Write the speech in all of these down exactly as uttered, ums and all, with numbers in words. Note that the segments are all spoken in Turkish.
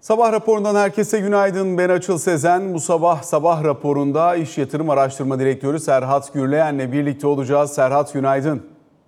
Sabah raporundan herkese günaydın. Ben Açıl Sezen. Bu sabah sabah raporunda İş Yatırım Araştırma Direktörü Serhat Gürleyen'le birlikte olacağız. Serhat günaydın.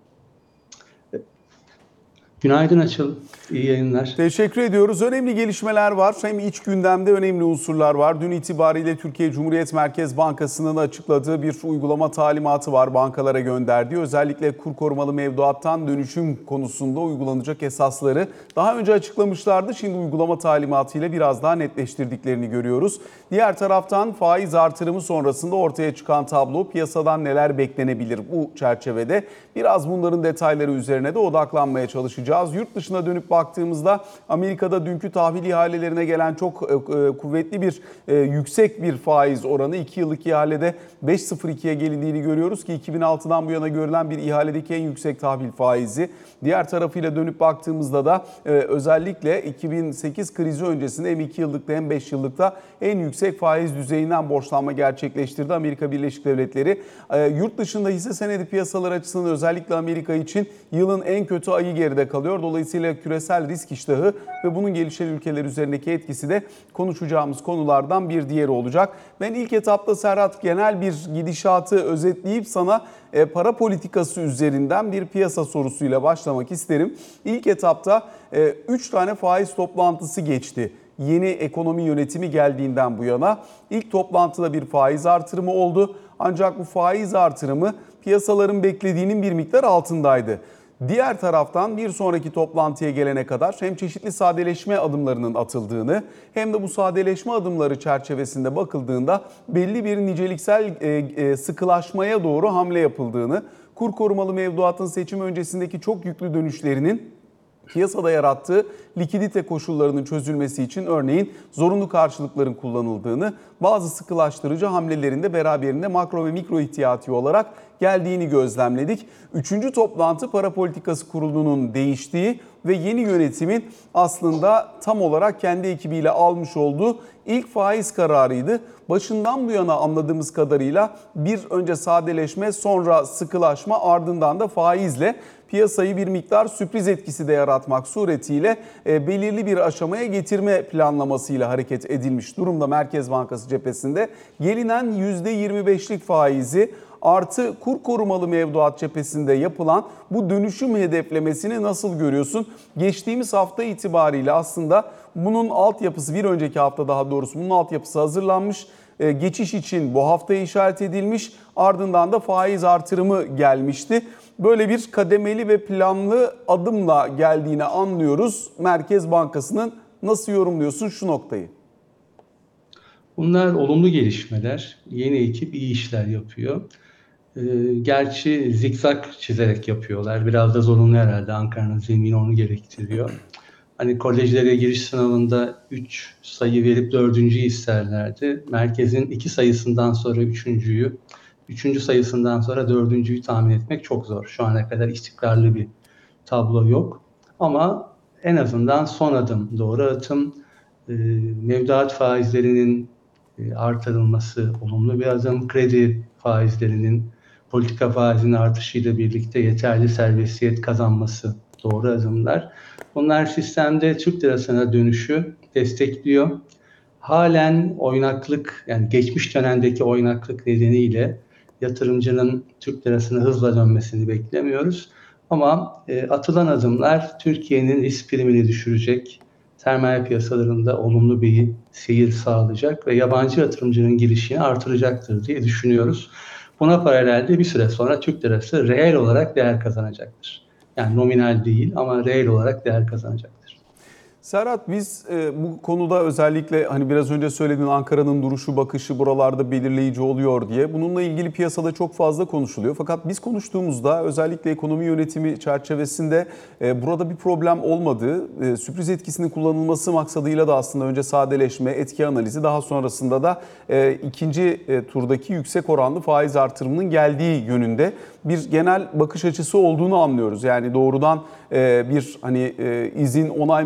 Günaydın Açıl. İyi yayınlar. Teşekkür ediyoruz. Önemli gelişmeler var. Hem iç gündemde önemli unsurlar var. Dün itibariyle Türkiye Cumhuriyet Merkez Bankası'nın açıkladığı bir uygulama talimatı var bankalara gönderdiği. Özellikle kur korumalı mevduattan dönüşüm konusunda uygulanacak esasları daha önce açıklamışlardı. Şimdi uygulama talimatıyla biraz daha netleştirdiklerini görüyoruz. Diğer taraftan faiz artırımı sonrasında ortaya çıkan tablo, piyasadan neler beklenebilir bu çerçevede? Biraz bunların detayları üzerine de odaklanmaya çalışacağız. Yurt dışına dönüp baktığımızda Amerika'da dünkü tahvil ihalelerine gelen çok kuvvetli bir yüksek bir faiz oranı. iki yıllık ihalede beş nokta sıfır ikiye gelindiğini görüyoruz ki iki bin altıdan bu yana görülen bir ihaledeki en yüksek tahvil faizi. Diğer tarafıyla dönüp baktığımızda da özellikle iki bin sekiz krizi öncesinde hem iki yıllıkta hem beş yıllıkta en yüksek faiz düzeyinden borçlanma gerçekleştirdi Amerika Birleşik Devletleri. Yurt dışında hisse senedi piyasaları açısından özellikle Amerika için yılın en kötü ayı geride kalıyor. Dolayısıyla küresel risk iştahı ve bunun gelişen ülkeler üzerindeki etkisi de konuşacağımız konulardan bir diğeri olacak. Ben ilk etapta Serhat genel bir gidişatı özetleyip sana e, para politikası üzerinden bir piyasa sorusuyla başlamak isterim. İlk etapta üç e, tane faiz toplantısı geçti. Yeni ekonomi yönetimi geldiğinden bu yana ilk toplantıda bir faiz artırımı oldu. Ancak bu faiz artırımı piyasaların beklediğinin bir miktar altındaydı. Diğer taraftan bir sonraki toplantıya gelene kadar hem çeşitli sadeleşme adımlarının atıldığını hem de bu sadeleşme adımları çerçevesinde bakıldığında belli bir niceliksel sıkılaşmaya doğru hamle yapıldığını, kur korumalı mevduatın seçim öncesindeki çok yüklü dönüşlerinin piyasada yarattığı likidite koşullarının çözülmesi için örneğin zorunlu karşılıkların kullanıldığını, bazı sıkılaştırıcı hamlelerin de beraberinde makro ve mikro ihtiyati olarak geldiğini gözlemledik. Üçüncü toplantı Para Politikası Kurulu'nun değiştiği ve yeni yönetimin aslında tam olarak kendi ekibiyle almış olduğu ilk faiz kararıydı. Başından bu yana anladığımız kadarıyla bir önce sadeleşme, sonra sıkılaşma, ardından da faizle piyasayı bir miktar sürpriz etkisi de yaratmak suretiyle e, belirli bir aşamaya getirme planlamasıyla hareket edilmiş durumda Merkez Bankası cephesinde. Gelinen yüzde yirmi beşlik faizi artı kur korumalı mevduat cephesinde yapılan bu dönüşüm hedeflemesini nasıl görüyorsun? Geçtiğimiz hafta itibariyle aslında bunun altyapısı, bir önceki hafta daha doğrusu bunun altyapısı hazırlanmış. E, geçiş için bu haftaya işaret edilmiş, ardından da faiz artırımı gelmişti. Böyle bir kademeli ve planlı adımla geldiğini anlıyoruz. Merkez Bankası'nın nasıl yorumluyorsun şu noktayı? Bunlar olumlu gelişmeler. Yeni ekip iyi işler yapıyor. Ee, gerçi zikzak çizerek yapıyorlar. Biraz da zorunlu herhalde. Ankara'nın zemini onu gerektiriyor. Hani kolejlere giriş sınavında üç sayı verip dördüncüyü isterlerdi. Merkezin iki sayısından sonra üçüncüyü, üçüncü sayısından sonra dördüncüyü tahmin etmek çok zor. Şu ana kadar istikrarlı bir tablo yok. Ama en azından son adım, doğru adım, e, mevduat faizlerinin e, artırılması olumlu bir adım. Kredi faizlerinin politika faizinin artışıyla birlikte yeterli serbestiyet kazanması doğru adımlar. Bunlar sistemde Türk lirasına dönüşü destekliyor. Halen oynaklık, yani geçmiş dönemdeki oynaklık nedeniyle yatırımcının Türk lirasına hızla dönmesini beklemiyoruz. Ama e, atılan adımlar Türkiye'nin risk primini düşürecek, sermaye piyasalarında olumlu bir seyir sağlayacak ve yabancı yatırımcının girişini artıracaktır diye düşünüyoruz. Buna paralelde bir süre sonra Türk lirası reel olarak değer kazanacaktır. Yani nominal değil ama reel olarak değer kazanacaktır. Serhat, biz e, bu konuda özellikle hani biraz önce söylediğin Ankara'nın duruşu, bakışı buralarda belirleyici oluyor diye bununla ilgili piyasada çok fazla konuşuluyor. Fakat biz konuştuğumuzda özellikle ekonomi yönetimi çerçevesinde e, burada bir problem olmadığı, e, sürpriz etkisinin kullanılması maksadıyla da aslında önce sadeleşme, etki analizi, daha sonrasında da e, ikinci e, turdaki yüksek oranlı faiz artırımının geldiği yönünde bir genel bakış açısı olduğunu anlıyoruz. Yani doğrudan e, bir hani e, izin, onay mekanizması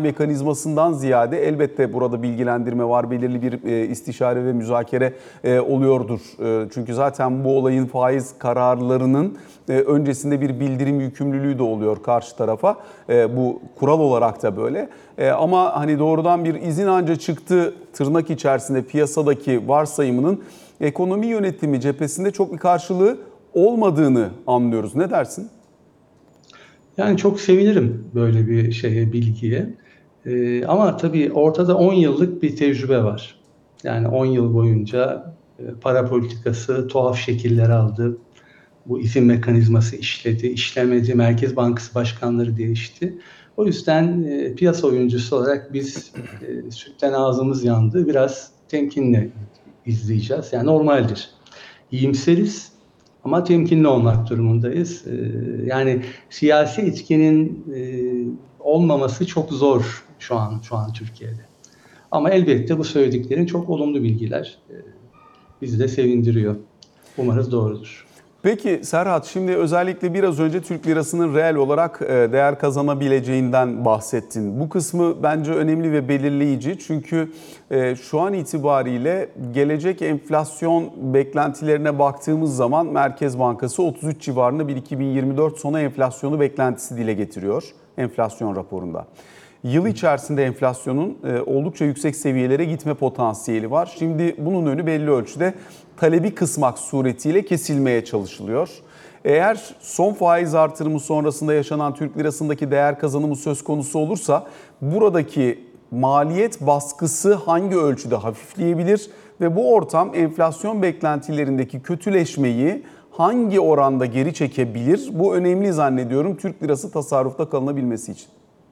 kızmasından ziyade elbette burada bilgilendirme var, belirli bir e, istişare ve müzakere e, oluyordur. E, çünkü zaten bu olayın faiz kararlarının e, öncesinde bir bildirim yükümlülüğü de oluyor karşı tarafa. E, bu kural olarak da böyle. E, ama hani doğrudan bir izin anca çıktı tırnak içerisinde piyasadaki varsayımının ekonomi yönetimi cephesinde çok bir karşılığı olmadığını anlıyoruz. Ne dersin? Yani çok sevinirim böyle bir şeye, bilgiye. Ee, ama tabii ortada on yıllık bir tecrübe var. Yani on yıl boyunca e, para politikası tuhaf şekiller aldı. Bu izin mekanizması işledi, işlemedi, Merkez Bankası başkanları değişti. O yüzden e, piyasa oyuncusu olarak biz e, sütten ağzımız yandı. Biraz temkinle izleyeceğiz. Yani normaldir. İyimseriz ama temkinli olmak durumundayız. E, yani siyasi etkinin e, olmaması çok zor şu an şu an Türkiye'de. Ama elbette bu söylediklerin çok olumlu bilgiler. E, bizi de sevindiriyor. Umarız doğrudur. Peki Serhat, şimdi özellikle biraz önce Türk lirasının reel olarak değer kazanabileceğinden bahsettin. Bu kısmı bence önemli ve belirleyici. Çünkü şu an itibariyle gelecek enflasyon beklentilerine baktığımız zaman Merkez Bankası otuz üç civarında bir iki bin yirmi dört sonu enflasyonu beklentisi dile getiriyor enflasyon raporunda. Yıl içerisinde enflasyonun oldukça yüksek seviyelere gitme potansiyeli var. Şimdi bunun önü belli ölçüde talebi kısmak suretiyle kesilmeye çalışılıyor. Eğer son faiz artırımı sonrasında yaşanan Türk lirasındaki değer kazanımı söz konusu olursa buradaki maliyet baskısı hangi ölçüde hafifleyebilir ve bu ortam enflasyon beklentilerindeki kötüleşmeyi hangi oranda geri çekebilir? Bu önemli zannediyorum Türk lirası tasarrufta kalınabilmesi için.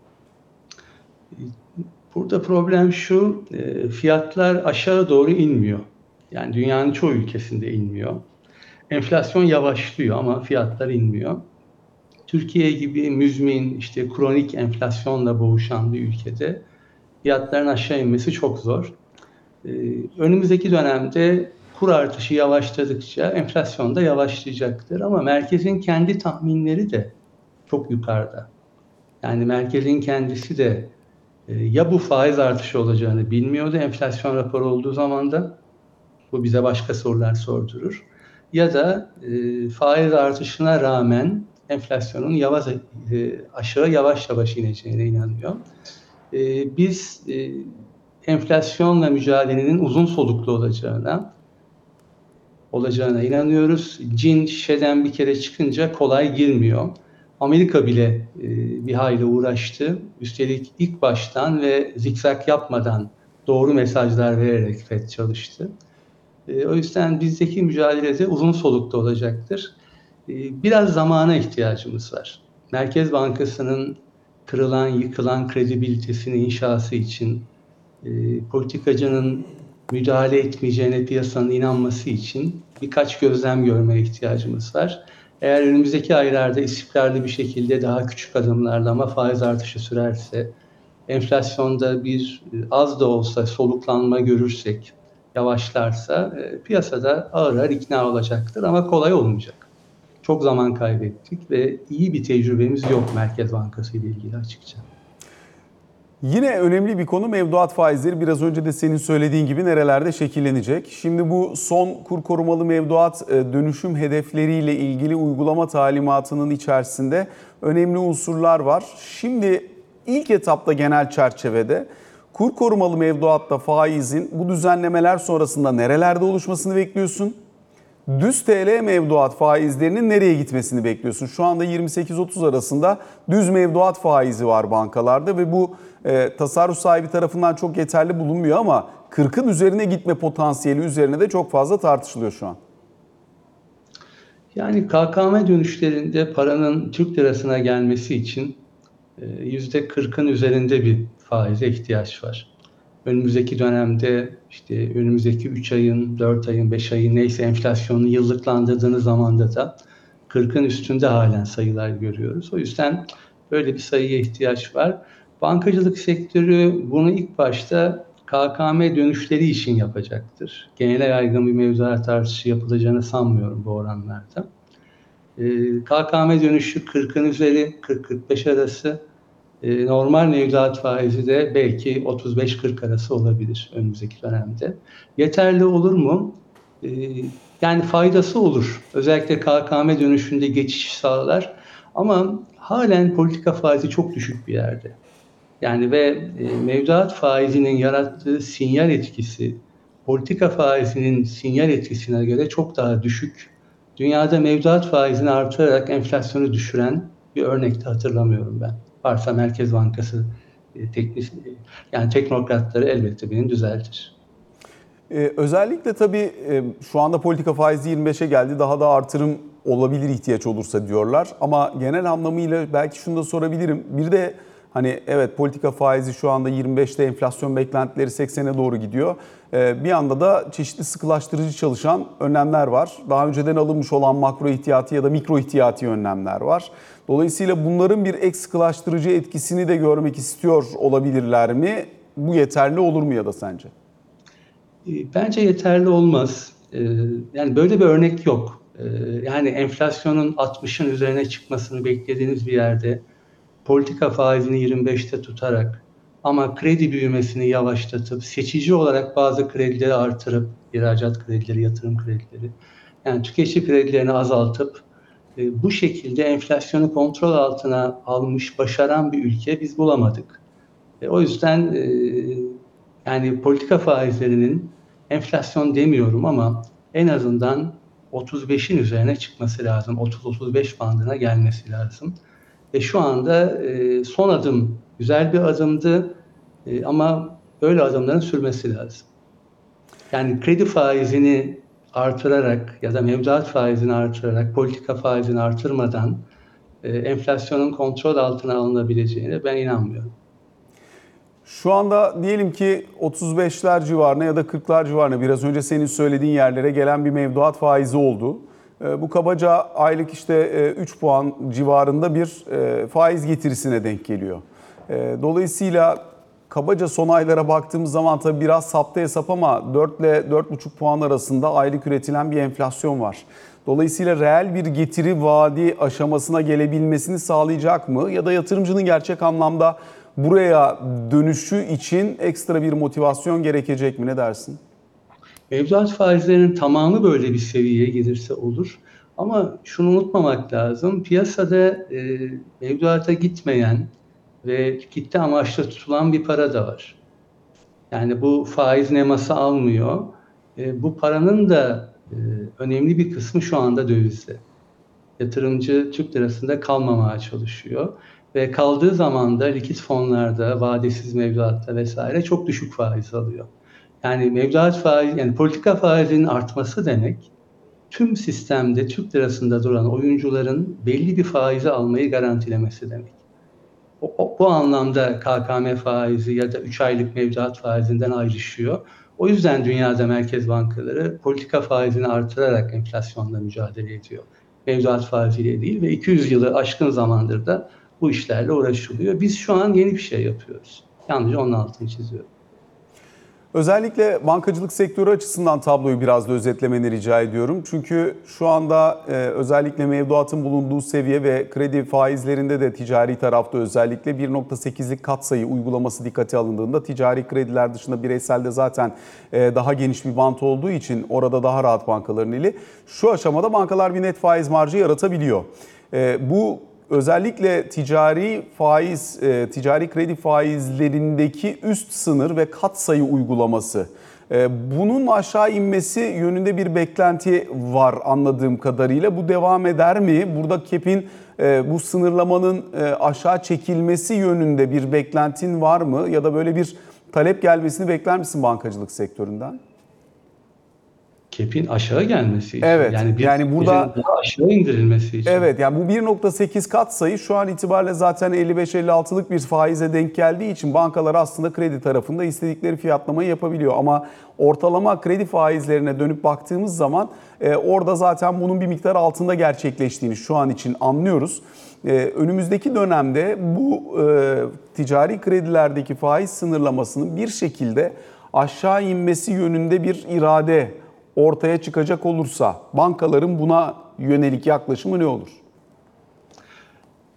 Burada problem şu, fiyatlar aşağı doğru inmiyor. Yani dünyanın çoğu ülkesinde inmiyor. Enflasyon yavaşlıyor ama fiyatlar inmiyor. Türkiye gibi müzmin, işte kronik enflasyonla boğuşan bir ülkede fiyatların aşağı inmesi çok zor. Önümüzdeki dönemde kur artışı yavaşladıkça enflasyon da yavaşlayacaktır. Ama merkezin kendi tahminleri de çok yukarıda. Yani merkezin kendisi de ya bu faiz artışı olacağını bilmiyordu enflasyon raporu olduğu zaman da, bu bize başka sorular sordurur. Ya da e, faiz artışına rağmen enflasyonun yavaş, e, aşağı yavaş yavaş ineceğine inanıyor. E, biz e, enflasyonla mücadelenin uzun soluklu olacağına olacağına inanıyoruz. Cin şişeden bir kere çıkınca kolay girmiyor. Amerika bile e, bir hayli uğraştı. Üstelik ilk baştan ve zikzak yapmadan doğru mesajlar vererek Fed çalıştı. E, o yüzden bizdeki mücadelede uzun soluklu olacaktır. E, biraz zamana ihtiyacımız var. Merkez Bankası'nın kırılan, yıkılan kredibilitesini inşası için, e, politikacının müdahale etmeyeceğine piyasanın inanması için birkaç gözlem görmeye ihtiyacımız var. Eğer önümüzdeki aylarda istikrarlı bir şekilde daha küçük adımlarla ama faiz artışı sürerse, enflasyonda bir az da olsa soluklanma görürsek, yavaşlarsa e, piyasada ağır ağır ikna olacaktır ama kolay olmayacak. Çok zaman kaybettik ve iyi bir tecrübemiz yok Merkez Bankası ile ilgili açıkça. Yine önemli bir konu mevduat faizleri. Biraz önce de senin söylediğin gibi nerelerde şekillenecek? Şimdi bu son kur korumalı mevduat dönüşüm hedefleriyle ilgili uygulama talimatının içerisinde önemli unsurlar var. Şimdi ilk etapta genel çerçevede kur korumalı mevduatta faizin bu düzenlemeler sonrasında nerelerde oluşmasını bekliyorsun? Düz T L mevduat faizlerinin nereye gitmesini bekliyorsun? Şu anda yirmi sekiz otuz arasında düz mevduat faizi var bankalarda ve bu e, tasarruf sahibi tarafından çok yeterli bulunmuyor ama kırkın üzerine gitme potansiyeli üzerine de çok fazla tartışılıyor şu an. Yani K K M dönüşlerinde paranın Türk lirasına gelmesi için yüzde kırkın üzerinde bir faize ihtiyaç var. Önümüzdeki dönemde işte önümüzdeki üç ayın, dört ayın, beş ayın neyse enflasyonu yıllıklandırdığınız zamanda da kırkın üstünde halen sayılar görüyoruz. O yüzden böyle bir sayıya ihtiyaç var. Bankacılık sektörü bunu ilk başta K K M dönüşleri için yapacaktır. Genel yaygın bir mevduat artışı yapılacağını sanmıyorum bu oranlarda. K K M dönüşü kırkın üzeri, kırk kırk beş arası. E, normal mevduat faizi de belki otuz beş kırk arası olabilir önümüzdeki dönemde. Yeterli olur mu? E, yani faydası olur. Özellikle K K M dönüşünde geçiş sağlar. Ama halen politika faizi çok düşük bir yerde. Yani ve e, mevduat faizinin yarattığı sinyal etkisi politika faizinin sinyal etkisine göre çok daha düşük. Dünyada mevduat faizini artırarak enflasyonu düşüren bir örnek de hatırlamıyorum ben. Varsa Merkez Bankası e, teknik, yani teknokratları elbette beni düzeltir. Ee, özellikle tabii e, şu anda politika faizi yirmi beşe geldi. Daha da artırım olabilir ihtiyaç olursa diyorlar. Ama genel anlamıyla belki şunu da sorabilirim. Bir de hani evet politika faizi şu anda yirmi beşte, enflasyon beklentileri seksene doğru gidiyor. Ee, bir anda da çeşitli sıkılaştırıcı çalışan önlemler var. Daha önceden alınmış olan makro ihtiyati ya da mikro ihtiyati önlemler var. Dolayısıyla bunların bir ek sıkılaştırıcı etkisini de görmek istiyor olabilirler mi? Bu yeterli olur mu ya da sence? Bence yeterli olmaz. Yani böyle bir örnek yok. Yani enflasyonun altmışın üzerine çıkmasını beklediğiniz bir yerde politika faizini yirmi beşte tutarak ama kredi büyümesini yavaşlatıp seçici olarak bazı kredileri artırıp ihracat kredileri, yatırım kredileri yani tüketici kredilerini azaltıp bu şekilde enflasyonu kontrol altına almış, başaran bir ülke biz bulamadık. O yüzden yani politika faizlerinin enflasyon demiyorum ama en azından otuz beşin üzerine çıkması lazım. otuz otuz beş bandına gelmesi lazım. Ve şu anda e, son adım güzel bir adımdı e, ama böyle adımların sürmesi lazım. Yani kredi faizini artırarak ya da mevduat faizini artırarak, politika faizini artırmadan e, enflasyonun kontrol altına alınabileceğine ben inanmıyorum. Şu anda diyelim ki otuz beşler civarına ya da kırklar civarına biraz önce senin söylediğin yerlere gelen bir mevduat faizi oldu. Bu kabaca aylık işte üç puan civarında bir faiz getirisine denk geliyor. Dolayısıyla kabaca son aylara baktığımız zaman tabii biraz sapta hesap ama dört ile dört buçuk puan arasında aylık üretilen bir enflasyon var. Dolayısıyla reel bir getiri vaadi aşamasına gelebilmesini sağlayacak mı? Ya da yatırımcının gerçek anlamda buraya dönüşü için ekstra bir motivasyon gerekecek mi? Ne dersin? Mevduat faizlerinin tamamı böyle bir seviyeye gelirse olur. Ama şunu unutmamak lazım. Piyasada e, mevduata gitmeyen ve kitle amaçlı tutulan bir para da var. Yani bu faiz neması almıyor. E, bu paranın da e, önemli bir kısmı şu anda dövizde. Yatırımcı Türk lirasında kalmamaya çalışıyor. Ve kaldığı zaman da likit fonlarda, vadesiz mevduatta vesaire çok düşük faiz alıyor. Yani mevduat faiz, yani politika faizinin artması demek, tüm sistemde Türk lirasında duran oyuncuların belli bir faizi almayı garantilemesi demek. O, o, bu anlamda K K M faizi ya da üç aylık mevduat faizinden ayrışıyor. O yüzden dünyada merkez bankaları politika faizini artırarak enflasyonla mücadele ediyor. Mevduat faiziyle değil ve iki yüz yılı aşkın zamandır da bu işlerle uğraşılıyor. Biz şu an yeni bir şey yapıyoruz. Yalnızca onun altını çiziyorum. Özellikle bankacılık sektörü açısından tabloyu biraz da özetlemeni rica ediyorum. Çünkü şu anda e, özellikle mevduatın bulunduğu seviye ve kredi faizlerinde de ticari tarafta özellikle bir nokta sekizlik katsayı uygulaması dikkate alındığında ticari krediler dışında bireyselde zaten e, daha geniş bir bant olduğu için orada daha rahat bankaların eli. Şu aşamada bankalar bir net faiz marjı yaratabiliyor. E, bu özellikle ticari faiz, e, ticari kredi faizlerindeki üst sınır ve katsayı uygulaması. E, bunun aşağı inmesi yönünde bir beklenti var anladığım kadarıyla. Bu devam eder mi? Burada KEP'in e, bu sınırlamanın e, aşağı çekilmesi yönünde bir beklentin var mı? Ya da böyle bir talep gelmesini bekler misin bankacılık sektöründen? KEP'in aşağı gelmesi için. Evet. Yani bir Yani burada daha aşağı indirilmesi için. evet, yani bu bir nokta sekiz katsayı şu an itibariyle zaten elli beş elli altılık bir faize denk geldiği için bankalar aslında kredi tarafında istedikleri fiyatlamayı yapabiliyor. Ama ortalama kredi faizlerine dönüp baktığımız zaman e, orada zaten bunun bir miktar altında gerçekleştiğini şu an için anlıyoruz. E, önümüzdeki dönemde bu e, ticari kredilerdeki faiz sınırlamasının bir şekilde aşağı inmesi yönünde bir irade ortaya çıkacak olursa bankaların buna yönelik yaklaşımı ne olur?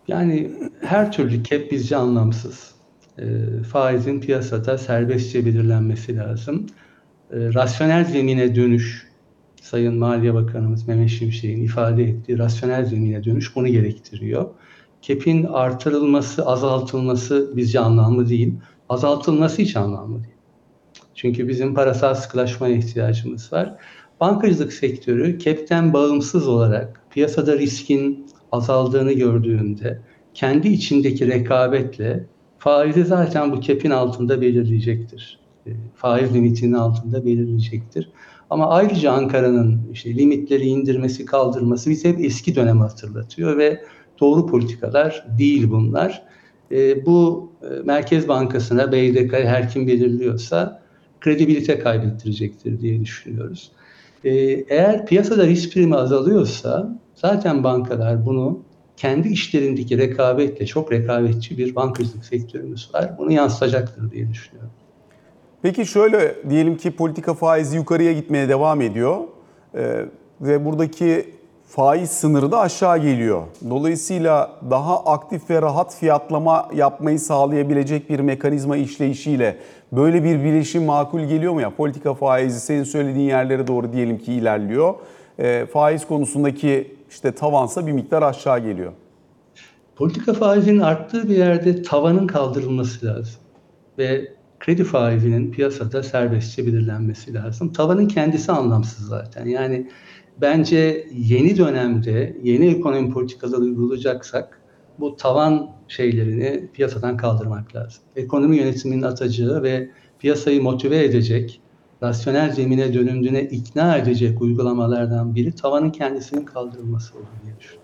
Yani her türlü cap bizce anlamsız. E, faizin piyasada serbestçe belirlenmesi lazım. E, rasyonel zemine dönüş, Sayın Maliye Bakanımız Mehmet Şimşek'in ifade ettiği rasyonel zemine dönüş bunu gerektiriyor. Cap'in artırılması, azaltılması bizce anlamlı değil. Azaltılması hiç anlamlı değil. Çünkü bizim parasal sıkılaşmaya ihtiyacımız var. Bankacılık sektörü Cap'ten bağımsız olarak piyasada riskin azaldığını gördüğünde kendi içindeki rekabetle faizi zaten bu Cap'in altında belirleyecektir. E, Faiz limitinin altında belirleyecektir. Ama ayrıca Ankara'nın işte limitleri indirmesi, kaldırması bize hep eski dönemi hatırlatıyor ve doğru politikalar değil bunlar. E, bu e, Merkez Bankası'na, B D K'ya her kim belirliyorsa kredibilite kaybettirecektir diye düşünüyoruz. Ee, eğer piyasada risk primi azalıyorsa zaten bankalar bunu kendi işlerindeki rekabetle, çok rekabetçi bir bankacılık sektörümüz var. Bunu yansıtacaktır diye düşünüyorum. Peki şöyle diyelim ki politika faizi yukarıya gitmeye devam ediyor ee, ve buradaki faiz sınırı da aşağı geliyor. Dolayısıyla daha aktif ve rahat fiyatlama yapmayı sağlayabilecek bir mekanizma işleyişiyle böyle bir birleşim makul geliyor mu ya? Politika faizi senin söylediğin yerlere doğru diyelim ki ilerliyor. Ee, faiz konusundaki işte tavansa bir miktar aşağı geliyor. Politika faizinin arttığı bir yerde tavanın kaldırılması lazım. Ve kredi faizinin piyasada serbestçe belirlenmesi lazım. Tavanın kendisi anlamsız zaten. Yani bence yeni dönemde yeni ekonomi politikaları uygulayacaksak bu tavan şeylerini piyasadan kaldırmak lazım. Ekonomi yönetiminin atacağı ve piyasayı motive edecek, rasyonel zemine dönündüğüne ikna edecek uygulamalardan biri tavanın kendisinin kaldırılması olur diye düşünüyorum.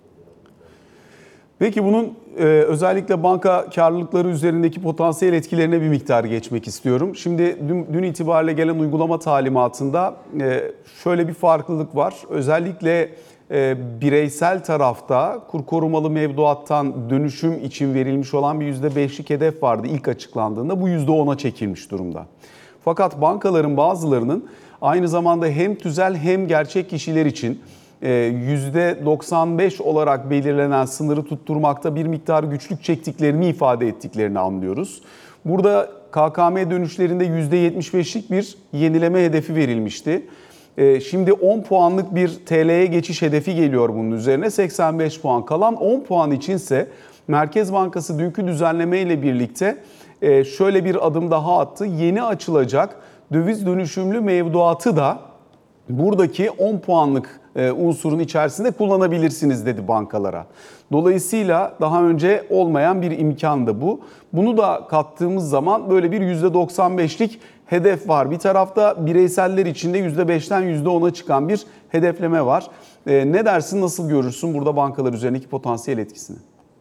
Peki bunun e, özellikle banka karlılıkları üzerindeki potansiyel etkilerine bir miktar geçmek istiyorum. Şimdi dün, dün itibariyle gelen uygulama talimatında e, şöyle bir farklılık var. Özellikle e, bireysel tarafta kur korumalı mevduattan dönüşüm için verilmiş olan bir yüzde beşlik hedef vardı ilk açıklandığında. Bu yüzde ona çekilmiş durumda. Fakat bankaların bazılarının aynı zamanda hem tüzel hem gerçek kişiler için yüzde doksan beş olarak belirlenen sınırı tutturmakta bir miktar güçlük çektiklerini ifade ettiklerini anlıyoruz. Burada K K M dönüşlerinde yüzde yetmiş beşlik bir yenileme hedefi verilmişti. Şimdi on puanlık bir T L'ye geçiş hedefi geliyor bunun üzerine. seksen beş puan. Kalan on puan içinse Merkez Bankası dünkü düzenleme ile birlikte şöyle bir adım daha attı. Yeni açılacak döviz dönüşümlü mevduatı da buradaki on puanlık unsurun içerisinde kullanabilirsiniz dedi bankalara. Dolayısıyla daha önce olmayan bir imkan da bu. Bunu da kattığımız zaman böyle bir yüzde doksan beşlik hedef var. Bir tarafta bireyseller için de yüzde beşten yüzde ona çıkan bir hedefleme var. Ne dersin, nasıl görürsün burada bankalar üzerindeki potansiyel etkisini?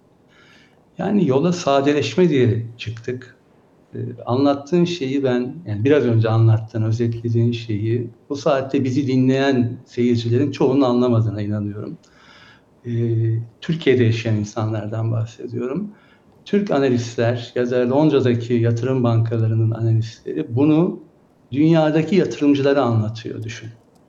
Yani yola sadeleşme diye çıktık. Ee, anlattığın şeyi ben, yani biraz önce anlattığın, özetlediğin şeyi bu saatte bizi dinleyen seyircilerin çoğunun anlamadığına inanıyorum. Ee, Türkiye'de yaşayan insanlardan bahsediyorum. Türk analistler ya da Londra'daki yatırım bankalarının analistleri bunu dünyadaki yatırımcılara anlatıyor, düşün.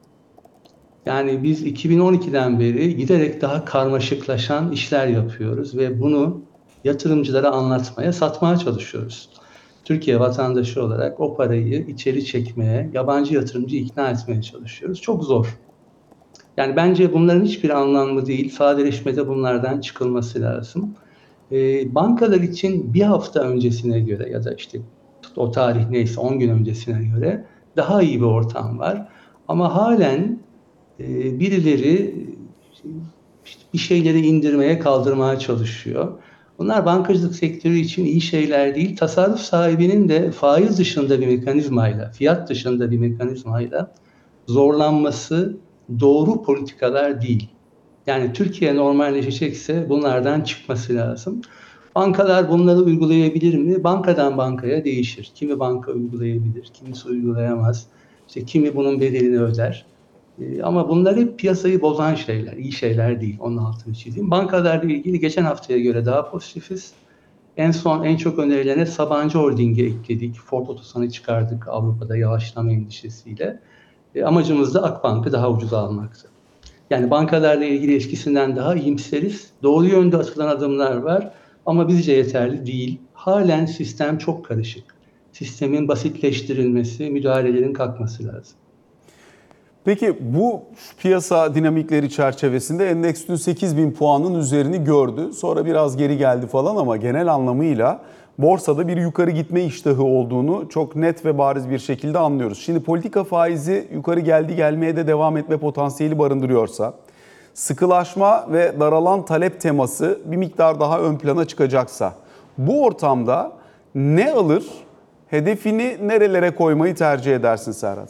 Yani biz iki bin on ikiden beri giderek daha karmaşıklaşan işler yapıyoruz ve bunu yatırımcılara anlatmaya, satmaya çalışıyoruz. Türkiye vatandaşı olarak o parayı içeri çekmeye, yabancı yatırımcı ikna etmeye çalışıyoruz. Çok zor. Yani bence bunların hiçbir anlamlı değil. Sadeleşmede bunlardan çıkılması lazım. Ee, bankalar için bir hafta öncesine göre ya da işte o tarih neyse on gün öncesine göre daha iyi bir ortam var. Ama halen e, birileri işte bir şeyleri indirmeye, kaldırmaya çalışıyor. Bunlar bankacılık sektörü için iyi şeyler değil. Tasarruf sahibinin de faiz dışında bir mekanizmayla, fiyat dışında bir mekanizmayla zorlanması doğru politikalar değil. Yani Türkiye normalleşecekse bunlardan çıkması lazım. Bankalar bunları uygulayabilir mi? Bankadan bankaya değişir. Kimi banka uygulayabilir, kimisi uygulayamaz. İşte kimi bunun bedelini öder. Ama bunlar hep piyasayı bozan şeyler, iyi şeyler değil. Onun altını çizeyim. Bankalarla ilgili geçen haftaya göre daha pozitifiz. En son en çok önerilerine Sabancı Holding'e ekledik. Ford Otosan'ı çıkardık Avrupa'da yavaşlama endişesiyle. E, amacımız da Akbank'ı daha ucuza almaktı. Yani bankalarla ilgili eskisinden daha iyimseriz. Doğru yönde atılan adımlar var ama bizce yeterli değil. Halen sistem çok karışık. Sistemin basitleştirilmesi, müdahalelerin kalkması lazım. Peki bu piyasa dinamikleri çerçevesinde endeks dün sekiz bin puanın üzerini gördü. Sonra biraz geri geldi falan ama genel anlamıyla borsada bir yukarı gitme iştahı olduğunu çok net ve bariz bir şekilde anlıyoruz. Şimdi politika faizi yukarı geldi gelmeye de devam etme potansiyeli barındırıyorsa, sıkılaşma ve daralan talep teması bir miktar daha ön plana çıkacaksa, bu ortamda ne alır, hedefini nerelere koymayı tercih edersin Serhat?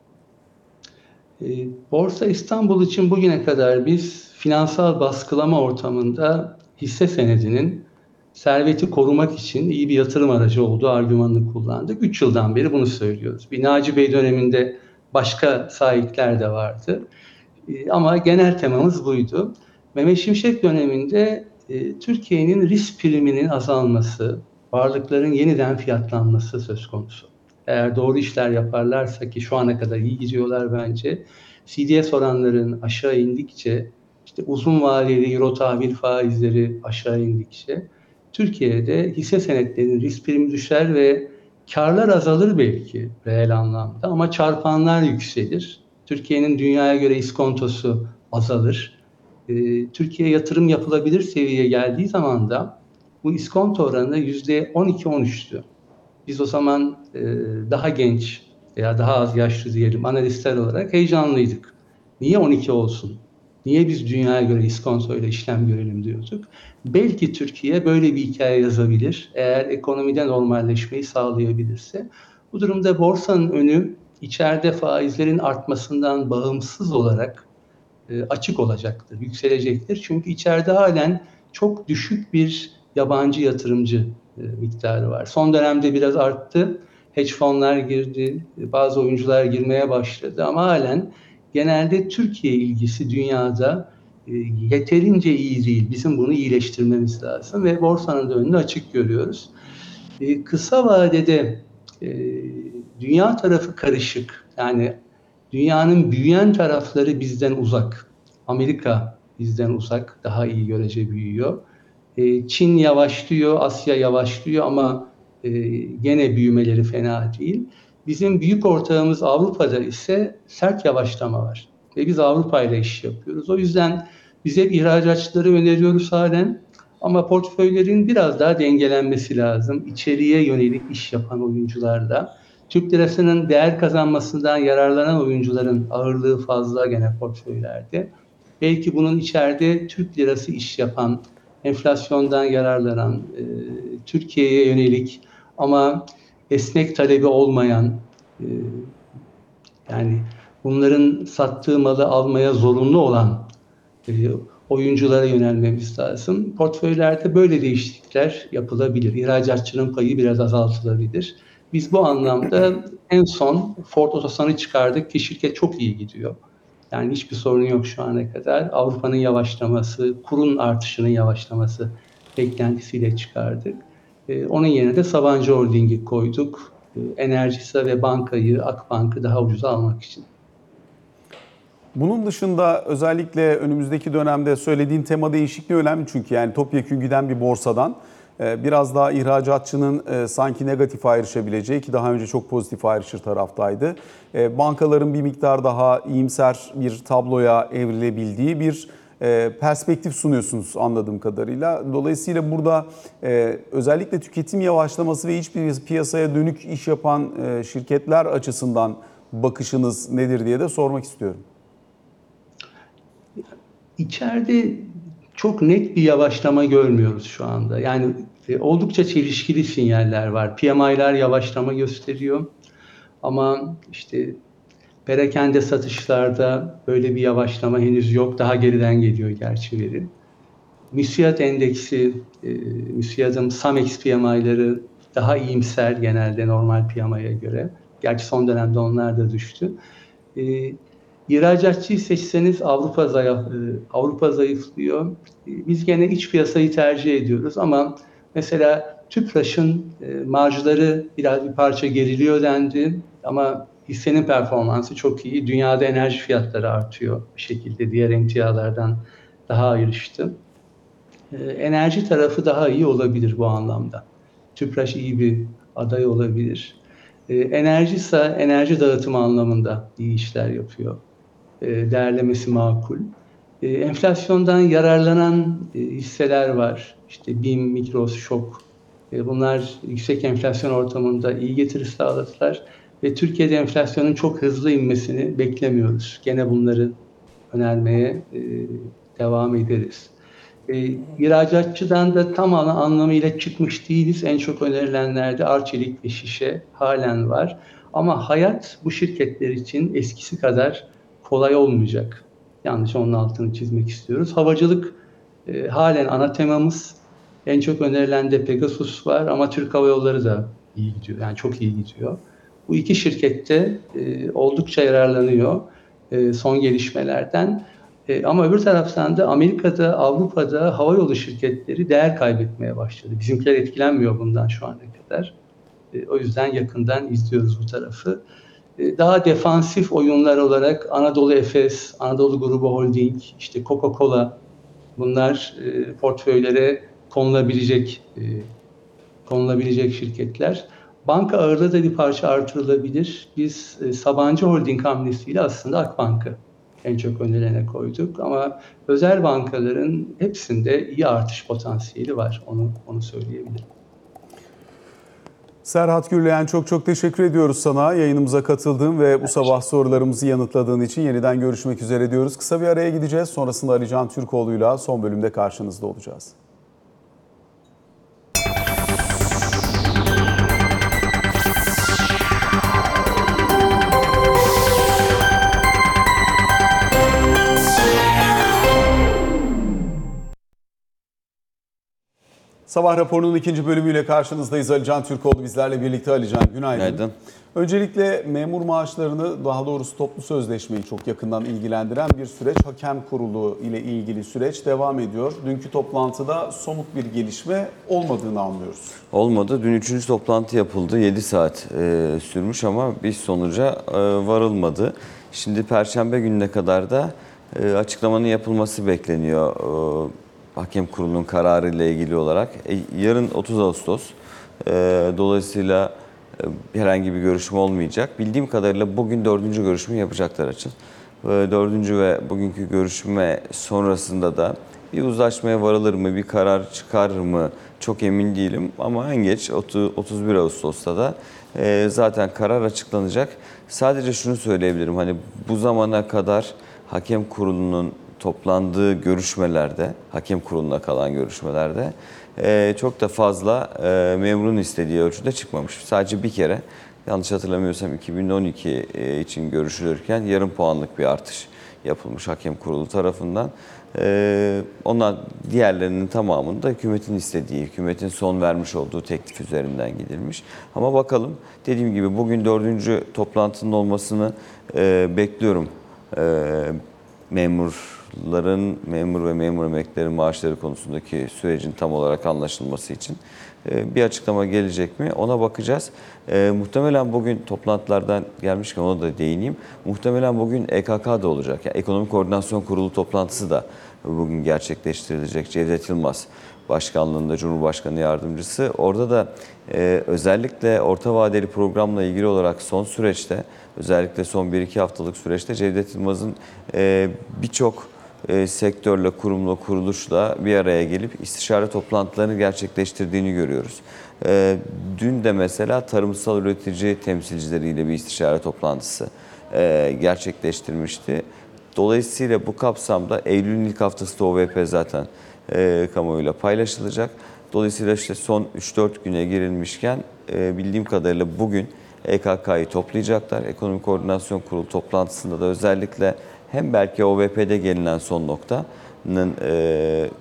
Borsa İstanbul için bugüne kadar biz finansal baskılama ortamında hisse senedinin serveti korumak için iyi bir yatırım aracı olduğu argümanını kullandık. üç yıldan beri bunu söylüyoruz. Bir Naci Bey döneminde başka sahipler de vardı. Ama genel temamız buydu. Mehmet Şimşek döneminde Türkiye'nin risk priminin azalması, varlıkların yeniden fiyatlanması söz konusu. Eğer doğru işler yaparlarsa ki şu ana kadar iyi gidiyorlar bence. C D S oranların aşağı indikçe, işte uzun vadeli euro tahvil faizleri aşağı indikçe Türkiye'de hisse senetlerinin risk primi düşer ve karlar azalır belki reel anlamda ama çarpanlar yükselir. Türkiye'nin dünyaya göre iskontosu azalır. Ee, Türkiye yatırım yapılabilir seviyeye geldiği zaman da bu iskonto oranı yüzde on iki on üçtü. Biz o zaman e, daha genç veya daha az yaşlı diyelim analistler olarak heyecanlıydık. Niye on iki olsun? Niye biz dünyaya göre iskonto ile işlem görelim diyorduk. Belki Türkiye böyle bir hikaye yazabilir. Eğer ekonomide normalleşmeyi sağlayabilirse. Bu durumda borsanın önü içeride faizlerin artmasından bağımsız olarak e, açık olacaktır, yükselecektir. Çünkü içeride halen çok düşük bir yabancı yatırımcı e, miktarı var. Son dönemde biraz arttı. Hedge fonlar girdi, bazı oyuncular girmeye başladı ama halen genelde Türkiye ilgisi dünyada e, yeterince iyi değil. Bizim bunu iyileştirmemiz lazım ve borsanın da önünü açık görüyoruz. E, kısa vadede e, dünya tarafı karışık. Yani dünyanın büyüyen tarafları bizden uzak. Amerika bizden uzak, daha iyi görece büyüyor. E, Çin yavaşlıyor, Asya yavaşlıyor ama e, gene büyümeleri fena değil. Bizim büyük ortağımız Avrupa'da ise sert yavaşlama var. Ve biz Avrupa ile iş yapıyoruz. O yüzden biz hep ihracatçıları öneriyoruz halen. Ama portföylerin biraz daha dengelenmesi lazım. İçeriye yönelik iş yapan oyuncularla. Türk lirasının değer kazanmasından yararlanan oyuncuların ağırlığı fazla gene portföylerde. Belki bunun içeride Türk lirası iş yapan, enflasyondan yararlanan, e, Türkiye'ye yönelik ama esnek talebi olmayan, e, yani bunların sattığı malı almaya zorunlu olan e, oyunculara yönelmemiz lazım. Portföylerde böyle değişiklikler yapılabilir. İhracatçının payı biraz azaltılabilir. Biz bu anlamda en son Ford Otosan'ı çıkardık ki şirket çok iyi gidiyor. Yani hiçbir sorun yok şu ana kadar. Avrupa'nın yavaşlaması, kurun artışının yavaşlaması beklentisiyle çıkardık. Ee, onun yerine de Sabancı Holding'i koyduk. Ee, Enerjisa ve bankayı, Akbank'ı daha ucuza almak için. Bunun dışında özellikle önümüzdeki dönemde söylediğin tema değişikliği önemli çünkü yani topyekün giden bir borsadan biraz daha ihracatçının sanki negatif ayrışabileceği ki daha önce çok pozitif ayrışır taraftaydı. Bankaların bir miktar daha iyimser bir tabloya evrilebildiği bir perspektif sunuyorsunuz anladığım kadarıyla. Dolayısıyla burada özellikle tüketim yavaşlaması ve hiçbir piyasaya dönük iş yapan şirketler açısından bakışınız nedir diye de sormak istiyorum. İçeride çok net bir yavaşlama görmüyoruz şu anda. Yani e, oldukça çelişkili sinyaller var. P M I'ler yavaşlama gösteriyor. Ama işte perakende satışlarda böyle bir yavaşlama henüz yok. Daha geriden geliyor gerçi veri. MÜSİAD endeksi, e, MÜSİAD'ın SAMEX P M I'ları daha iyimser genelde normal P M I'ye göre. Gerçi son dönemde onlar da düştü. E, İhracatçıyı seçseniz Avrupa zayıf, Avrupa zayıflıyor. Biz gene iç piyasayı tercih ediyoruz ama mesela Tüpraş'ın marjları biraz bir parça geriliyor dendi ama hissenin performansı çok iyi. Dünyada enerji fiyatları artıyor bir şekilde. Diğer emtialardan daha ayrıştı. E, enerji tarafı daha iyi olabilir bu anlamda. Tüpraş iyi bir aday olabilir. E, enerji ise enerji dağıtımı anlamında iyi işler yapıyor. E, değerlemesi makul. E, enflasyondan yararlanan e, hisseler var. İşte BİM, Migros, Şok. E, bunlar yüksek enflasyon ortamında iyi getiri sağladılar. Ve Türkiye'de enflasyonun çok hızlı inmesini beklemiyoruz. Gene bunları önermeye e, devam ederiz. E, ihracatçıdan da tam anlamıyla çıkmış değiliz. En çok önerilenlerde Arçelik ve Şişe halen var. Ama hayat bu şirketler için eskisi kadar kolay olmayacak. Yanlış, onun altını çizmek istiyoruz. Havacılık e, halen ana temamız. En çok önerilen de Pegasus var ama Türk Hava Yolları da iyi gidiyor. Yani çok iyi gidiyor. Bu iki şirkette e, oldukça yararlanıyor e, son gelişmelerden. E, ama öbür taraftan da Amerika'da, Avrupa'da havayolu şirketleri değer kaybetmeye başladı. Bizimkiler etkilenmiyor bundan şu ana kadar. E, o yüzden yakından izliyoruz bu tarafı. E, daha defansif oyunlar olarak Anadolu Efes, Anadolu Grubu Holding, işte Coca-Cola, bunlar e, portföylere konulabilecek e, konulabilecek şirketler. Banka ağırlığı da bir parça artırılabilir. Biz e, Sabancı Holding hamlesiyle aslında Akbank'ı en çok önerilene koyduk ama özel bankaların hepsinde iyi artış potansiyeli var. Onu onu söyleyebilirim. Serhat Gürleyen, çok çok teşekkür ediyoruz sana yayınımıza katıldığın ve bu sabah sorularımızı yanıtladığın için. Yeniden görüşmek üzere diyoruz. Kısa bir araya gideceğiz. Sonrasında Ali Can Türkoğlu'yla son bölümde karşınızda olacağız. Sabah raporunun ikinci bölümüyle karşınızdayız. Ali Can Türkoğlu bizlerle birlikte. Ali Can, günaydın. Günaydın. Öncelikle memur maaşlarını, daha doğrusu toplu sözleşmeyi çok yakından ilgilendiren bir süreç, hakem kurulu ile ilgili süreç devam ediyor. Dünkü toplantıda somut bir gelişme olmadığını anlıyoruz. Olmadı. Dün üçüncü toplantı yapıldı. yedi saat e, sürmüş ama bir sonuca e, varılmadı. Şimdi Perşembe gününe kadar da e, açıklamanın yapılması bekleniyor. E, hakem kurulunun kararı ile ilgili olarak. E, yarın otuz Ağustos. E, dolayısıyla e, herhangi bir görüşme olmayacak. Bildiğim kadarıyla bugün dördüncü görüşme yapacaklar açın. E, dördüncü ve bugünkü görüşme sonrasında da bir uzlaşmaya varılır mı, bir karar çıkar mı çok emin değilim. Ama en geç otuz bir Ağustos'ta da e, zaten karar açıklanacak. Sadece şunu söyleyebilirim, hani bu zamana kadar hakem kurulunun toplandığı görüşmelerde, hakem kuruluna kalan görüşmelerde e, çok da fazla e, memurun istediği ölçüde çıkmamış. Sadece bir kere, yanlış hatırlamıyorsam iki bin on iki e, için görüşülürken yarım puanlık bir artış yapılmış hakem kurulu tarafından. E, ondan diğerlerinin tamamında hükümetin istediği, hükümetin son vermiş olduğu teklif üzerinden gidilmiş. Ama bakalım, dediğim gibi bugün dördüncü toplantının olmasını e, bekliyorum. E, memurların, memur ve memur emeklileri maaşları konusundaki sürecin tam olarak anlaşılması için bir açıklama gelecek mi? Ona bakacağız. E, muhtemelen bugün toplantılardan gelmişken ona da değineyim. Muhtemelen bugün E K K'da olacak. Yani Ekonomik Koordinasyon Kurulu toplantısı da bugün gerçekleştirilecek. Cevdet Yılmaz başkanlığında Cumhurbaşkanı Yardımcısı. Orada da e, özellikle orta vadeli programla ilgili olarak son süreçte, özellikle son bir iki haftalık süreçte Cevdet Yılmaz'ın e, birçok e, sektörle, kurumla, kuruluşla bir araya gelip istişare toplantılarını gerçekleştirdiğini görüyoruz. E, dün de mesela tarımsal üretici temsilcileriyle bir istişare toplantısı e, gerçekleştirmişti. Dolayısıyla bu kapsamda Eylül'ün ilk haftası da O V P zaten e, kamuoyuyla paylaşılacak. Dolayısıyla işte son üç dört güne girilmişken e, bildiğim kadarıyla bugün E K K'yı toplayacaklar. Ekonomik Koordinasyon Kurulu toplantısında da özellikle hem belki O V P'de gelinen son noktanın e,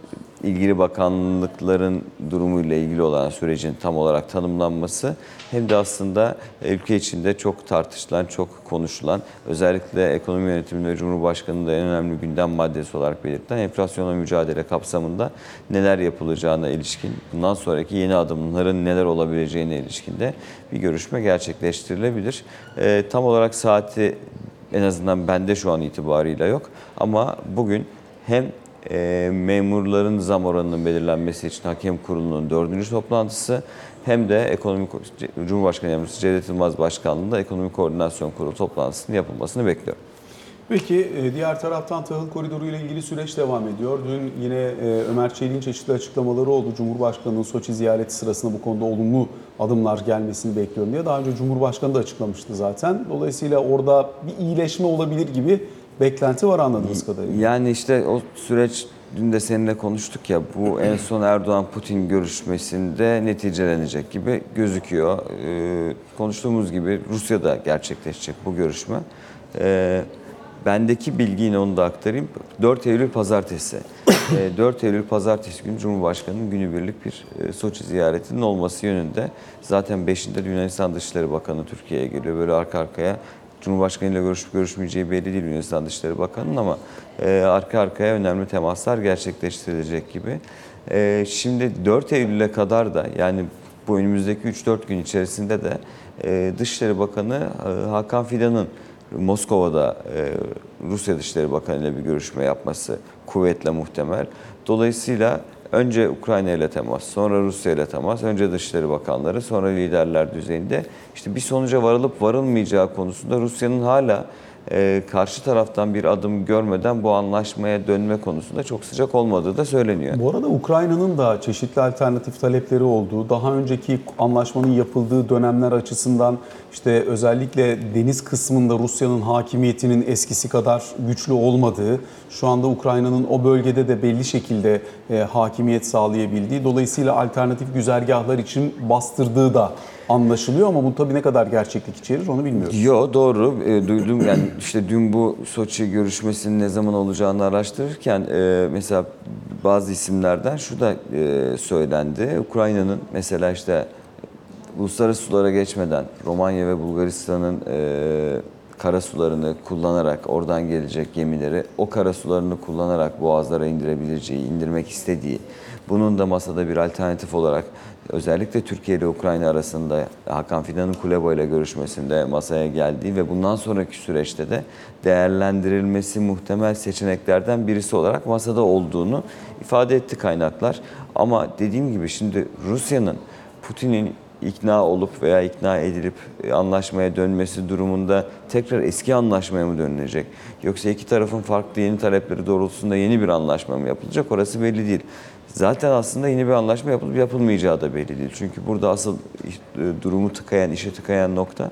ilgili bakanlıkların durumuyla ilgili olan sürecin tam olarak tanımlanması hem de aslında ülke içinde çok tartışılan, çok konuşulan, özellikle ekonomi yönetiminde Cumhurbaşkanı'nın da en önemli gündem maddesi olarak belirtilen enflasyonla mücadele kapsamında neler yapılacağına ilişkin, bundan sonraki yeni adımların neler olabileceğine ilişkin de bir görüşme gerçekleştirilebilir. E, tam olarak saati en azından bende şu an itibarıyla yok ama bugün hem e, memurların zam oranının belirlenmesi için Hakem Kurulu'nun dördüncü toplantısı hem de Ekonomik Cumhurbaşkanı Yardımcısı Cevdet Yılmaz Başkanlığı'nda Ekonomi Koordinasyon Kurulu toplantısının yapılmasını bekliyorum. Peki diğer taraftan tahıl koridoru ile ilgili süreç devam ediyor. Dün yine Ömer Çelik'in çeşitli açıklamaları oldu. Cumhurbaşkanı'nın Soçi ziyareti sırasında bu konuda olumlu adımlar gelmesini bekliyorum diye. Daha önce Cumhurbaşkanı da açıklamıştı zaten. Dolayısıyla orada bir iyileşme olabilir gibi beklenti var anladığınız kadarıyla. Yani işte o süreç, dün de seninle konuştuk ya, bu en son Erdoğan-Putin görüşmesinde neticelenecek gibi gözüküyor. Ee, konuştuğumuz gibi Rusya'da gerçekleşecek bu görüşme. Ee, bendeki bilgiyi onu da aktarayım. dört Eylül Pazartesi. Ee, dört Eylül Pazartesi günü Cumhurbaşkanı'nın günübirlik bir e, Soçi ziyaretinin olması yönünde. Zaten beşinde Yunanistan Dışişleri Bakanı Türkiye'ye geliyor. Böyle arka arkaya. Cumhurbaşkanı ile görüşüp görüşmeyeceği belli değil Yunanistan Dışişleri Bakanı'nın ama e, arka arkaya önemli temaslar gerçekleştirilecek gibi. E, şimdi dört Eylül'e kadar da, yani bu önümüzdeki üç dört gün içerisinde de e, Dışişleri Bakanı e, Hakan Fidan'ın Moskova'da e, Rusya Dışişleri Bakanı ile bir görüşme yapması kuvvetle muhtemel. Dolayısıyla önce Ukrayna ile temas, sonra Rusya ile temas, önce Dışişleri Bakanları, sonra liderler düzeyinde işte bir sonuca varılıp varılmayacağı konusunda Rusya'nın hala e, karşı taraftan bir adım görmeden bu anlaşmaya dönme konusunda çok sıcak olmadığı da söyleniyor. Bu arada Ukrayna'nın da çeşitli alternatif talepleri olduğu, daha önceki anlaşmanın yapıldığı dönemler açısından işte özellikle deniz kısmında Rusya'nın hakimiyetinin eskisi kadar güçlü olmadığı, şu anda Ukrayna'nın o bölgede de belli şekilde e, hakimiyet sağlayabildiği, dolayısıyla alternatif güzergahlar için bastırdığı da anlaşılıyor ama bu tabii ne kadar gerçeklik içerir onu bilmiyoruz. Yo, doğru. E, duydum yani işte dün bu Soçi görüşmesinin ne zaman olacağını araştırırken e, mesela bazı isimlerden şu da e, söylendi. Ukrayna'nın mesela işte uluslararası sulara geçmeden Romanya ve Bulgaristan'ın e, karasularını kullanarak, oradan gelecek gemileri o karasularını kullanarak boğazlara indirebileceği, indirmek istediği, bunun da masada bir alternatif olarak özellikle Türkiye ile Ukrayna arasında Hakan Fidan'ın Kuleba ile görüşmesinde masaya geldiği ve bundan sonraki süreçte de değerlendirilmesi muhtemel seçeneklerden birisi olarak masada olduğunu ifade etti kaynaklar. Ama dediğim gibi şimdi Rusya'nın Putin'in ikna olup veya ikna edilip anlaşmaya dönmesi durumunda tekrar eski anlaşmaya mı dönülecek? Yoksa iki tarafın farklı yeni talepleri doğrultusunda yeni bir anlaşma mı yapılacak? Orası belli değil. Zaten aslında yeni bir anlaşma yapılıp yapılmayacağı da belli değil. Çünkü burada asıl durumu tıkayan, işe tıkayan nokta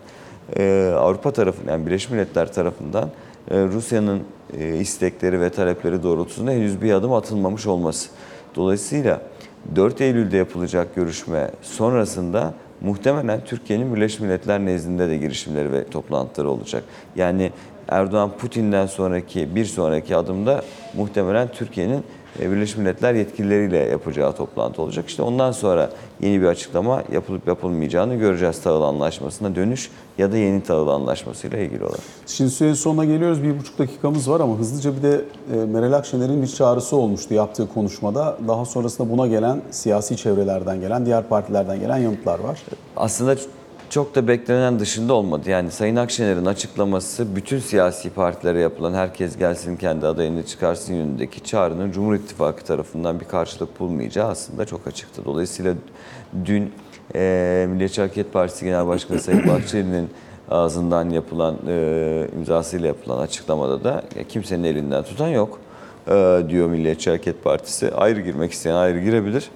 Avrupa tarafından, yani Birleşmiş Milletler tarafından Rusya'nın istekleri ve talepleri doğrultusunda henüz bir adım atılmamış olması. Dolayısıyla dört Eylül'de yapılacak görüşme sonrasında muhtemelen Türkiye'nin Birleşmiş Milletler nezdinde de girişimleri ve toplantıları olacak. Yani Erdoğan Putin'den sonraki bir sonraki adımda muhtemelen Türkiye'nin Birleşmiş Milletler yetkilileriyle yapacağı toplantı olacak. İşte ondan sonra yeni bir açıklama yapılıp yapılmayacağını göreceğiz, tahıl anlaşmasına dönüş ya da yeni tahıl anlaşmasıyla ilgili olarak. Şimdi sürenin sonuna geliyoruz. Bir buçuk dakikamız var ama hızlıca bir de Meral Akşener'in bir çağrısı olmuştu yaptığı konuşmada. Daha sonrasında buna gelen siyasi çevrelerden gelen, diğer partilerden gelen yanıtlar var. Aslında çok da beklenen dışında olmadı. Yani Sayın Akşener'in açıklaması bütün siyasi partilere yapılan herkes gelsin kendi adayını çıkarsın yönündeki çağrının Cumhur İttifakı tarafından bir karşılık bulmayacağı aslında çok açıktı. Dolayısıyla dün e, Milliyetçi Hareket Partisi Genel Başkanı Sayın Bahçeli'nin ağzından yapılan, e, imzasıyla yapılan açıklamada da e, kimsenin elinden tutan yok e, diyor Milliyetçi Hareket Partisi. Ayrı girmek isteyen ayrı girebilir.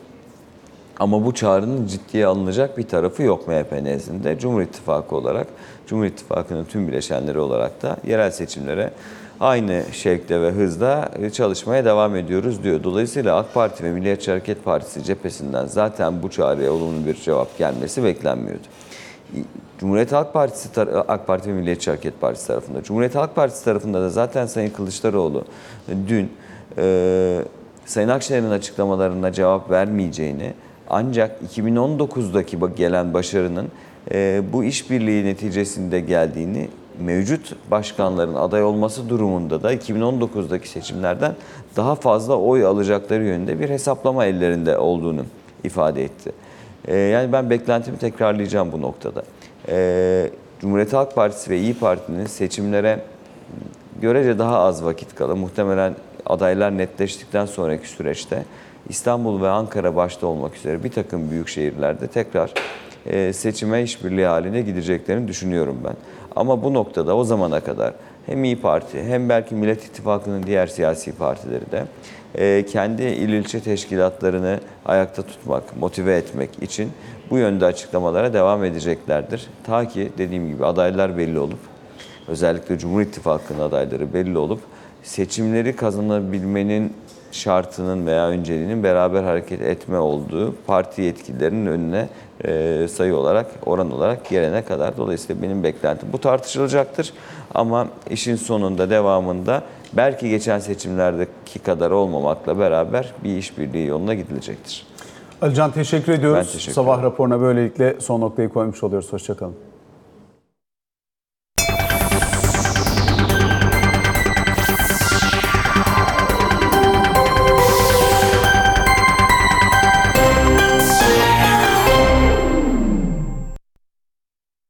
Ama bu çağrının ciddiye alınacak bir tarafı yok M H P nezdinde. Cumhur İttifakı olarak, Cumhur İttifakı'nın tüm bileşenleri olarak da yerel seçimlere aynı şevkle ve hızla çalışmaya devam ediyoruz diyor. Dolayısıyla AK Parti ve Milliyetçi Hareket Partisi cephesinden zaten bu çağrıya olumlu bir cevap gelmesi beklenmiyordu. Cumhuriyet Halk Partisi, AK Parti ve Milliyetçi Hareket Partisi tarafında. Cumhuriyet Halk Partisi tarafında da zaten Sayın Kılıçdaroğlu dün e, Sayın Akşener'in açıklamalarına cevap vermeyeceğini, ancak iki bin on dokuzdaki gelen başarının e, bu işbirliği neticesinde geldiğini, mevcut başkanların aday olması durumunda da iki bin on dokuzdaki seçimlerden daha fazla oy alacakları yönünde bir hesaplama ellerinde olduğunu ifade etti. E, yani ben beklentimi tekrarlayacağım bu noktada. E, Cumhuriyet Halk Partisi ve İYİ Parti'nin seçimlere görece daha az vakit kala, muhtemelen adaylar netleştikten sonraki süreçte İstanbul ve Ankara başta olmak üzere bir takım büyük şehirlerde tekrar seçime işbirliği haline gideceklerini düşünüyorum ben. Ama bu noktada o zamana kadar hem İYİ Parti hem belki Millet İttifakı'nın diğer siyasi partileri de kendi il ilçe teşkilatlarını ayakta tutmak, motive etmek için bu yönde açıklamalara devam edeceklerdir. Ta ki dediğim gibi adaylar belli olup, özellikle Cumhur İttifakı'nın adayları belli olup seçimleri kazanabilmenin şartının veya önceliğinin beraber hareket etme olduğu parti yetkililerinin önüne e, sayı olarak, oran olarak gelene kadar. Dolayısıyla benim beklentim bu tartışılacaktır. Ama işin sonunda, devamında belki geçen seçimlerdeki kadar olmamakla beraber bir işbirliği yoluna gidilecektir. Alican teşekkür ediyoruz. Ben teşekkür Sabah ederim. raporuna böylelikle son noktayı koymuş oluyoruz. Hoşça kalın.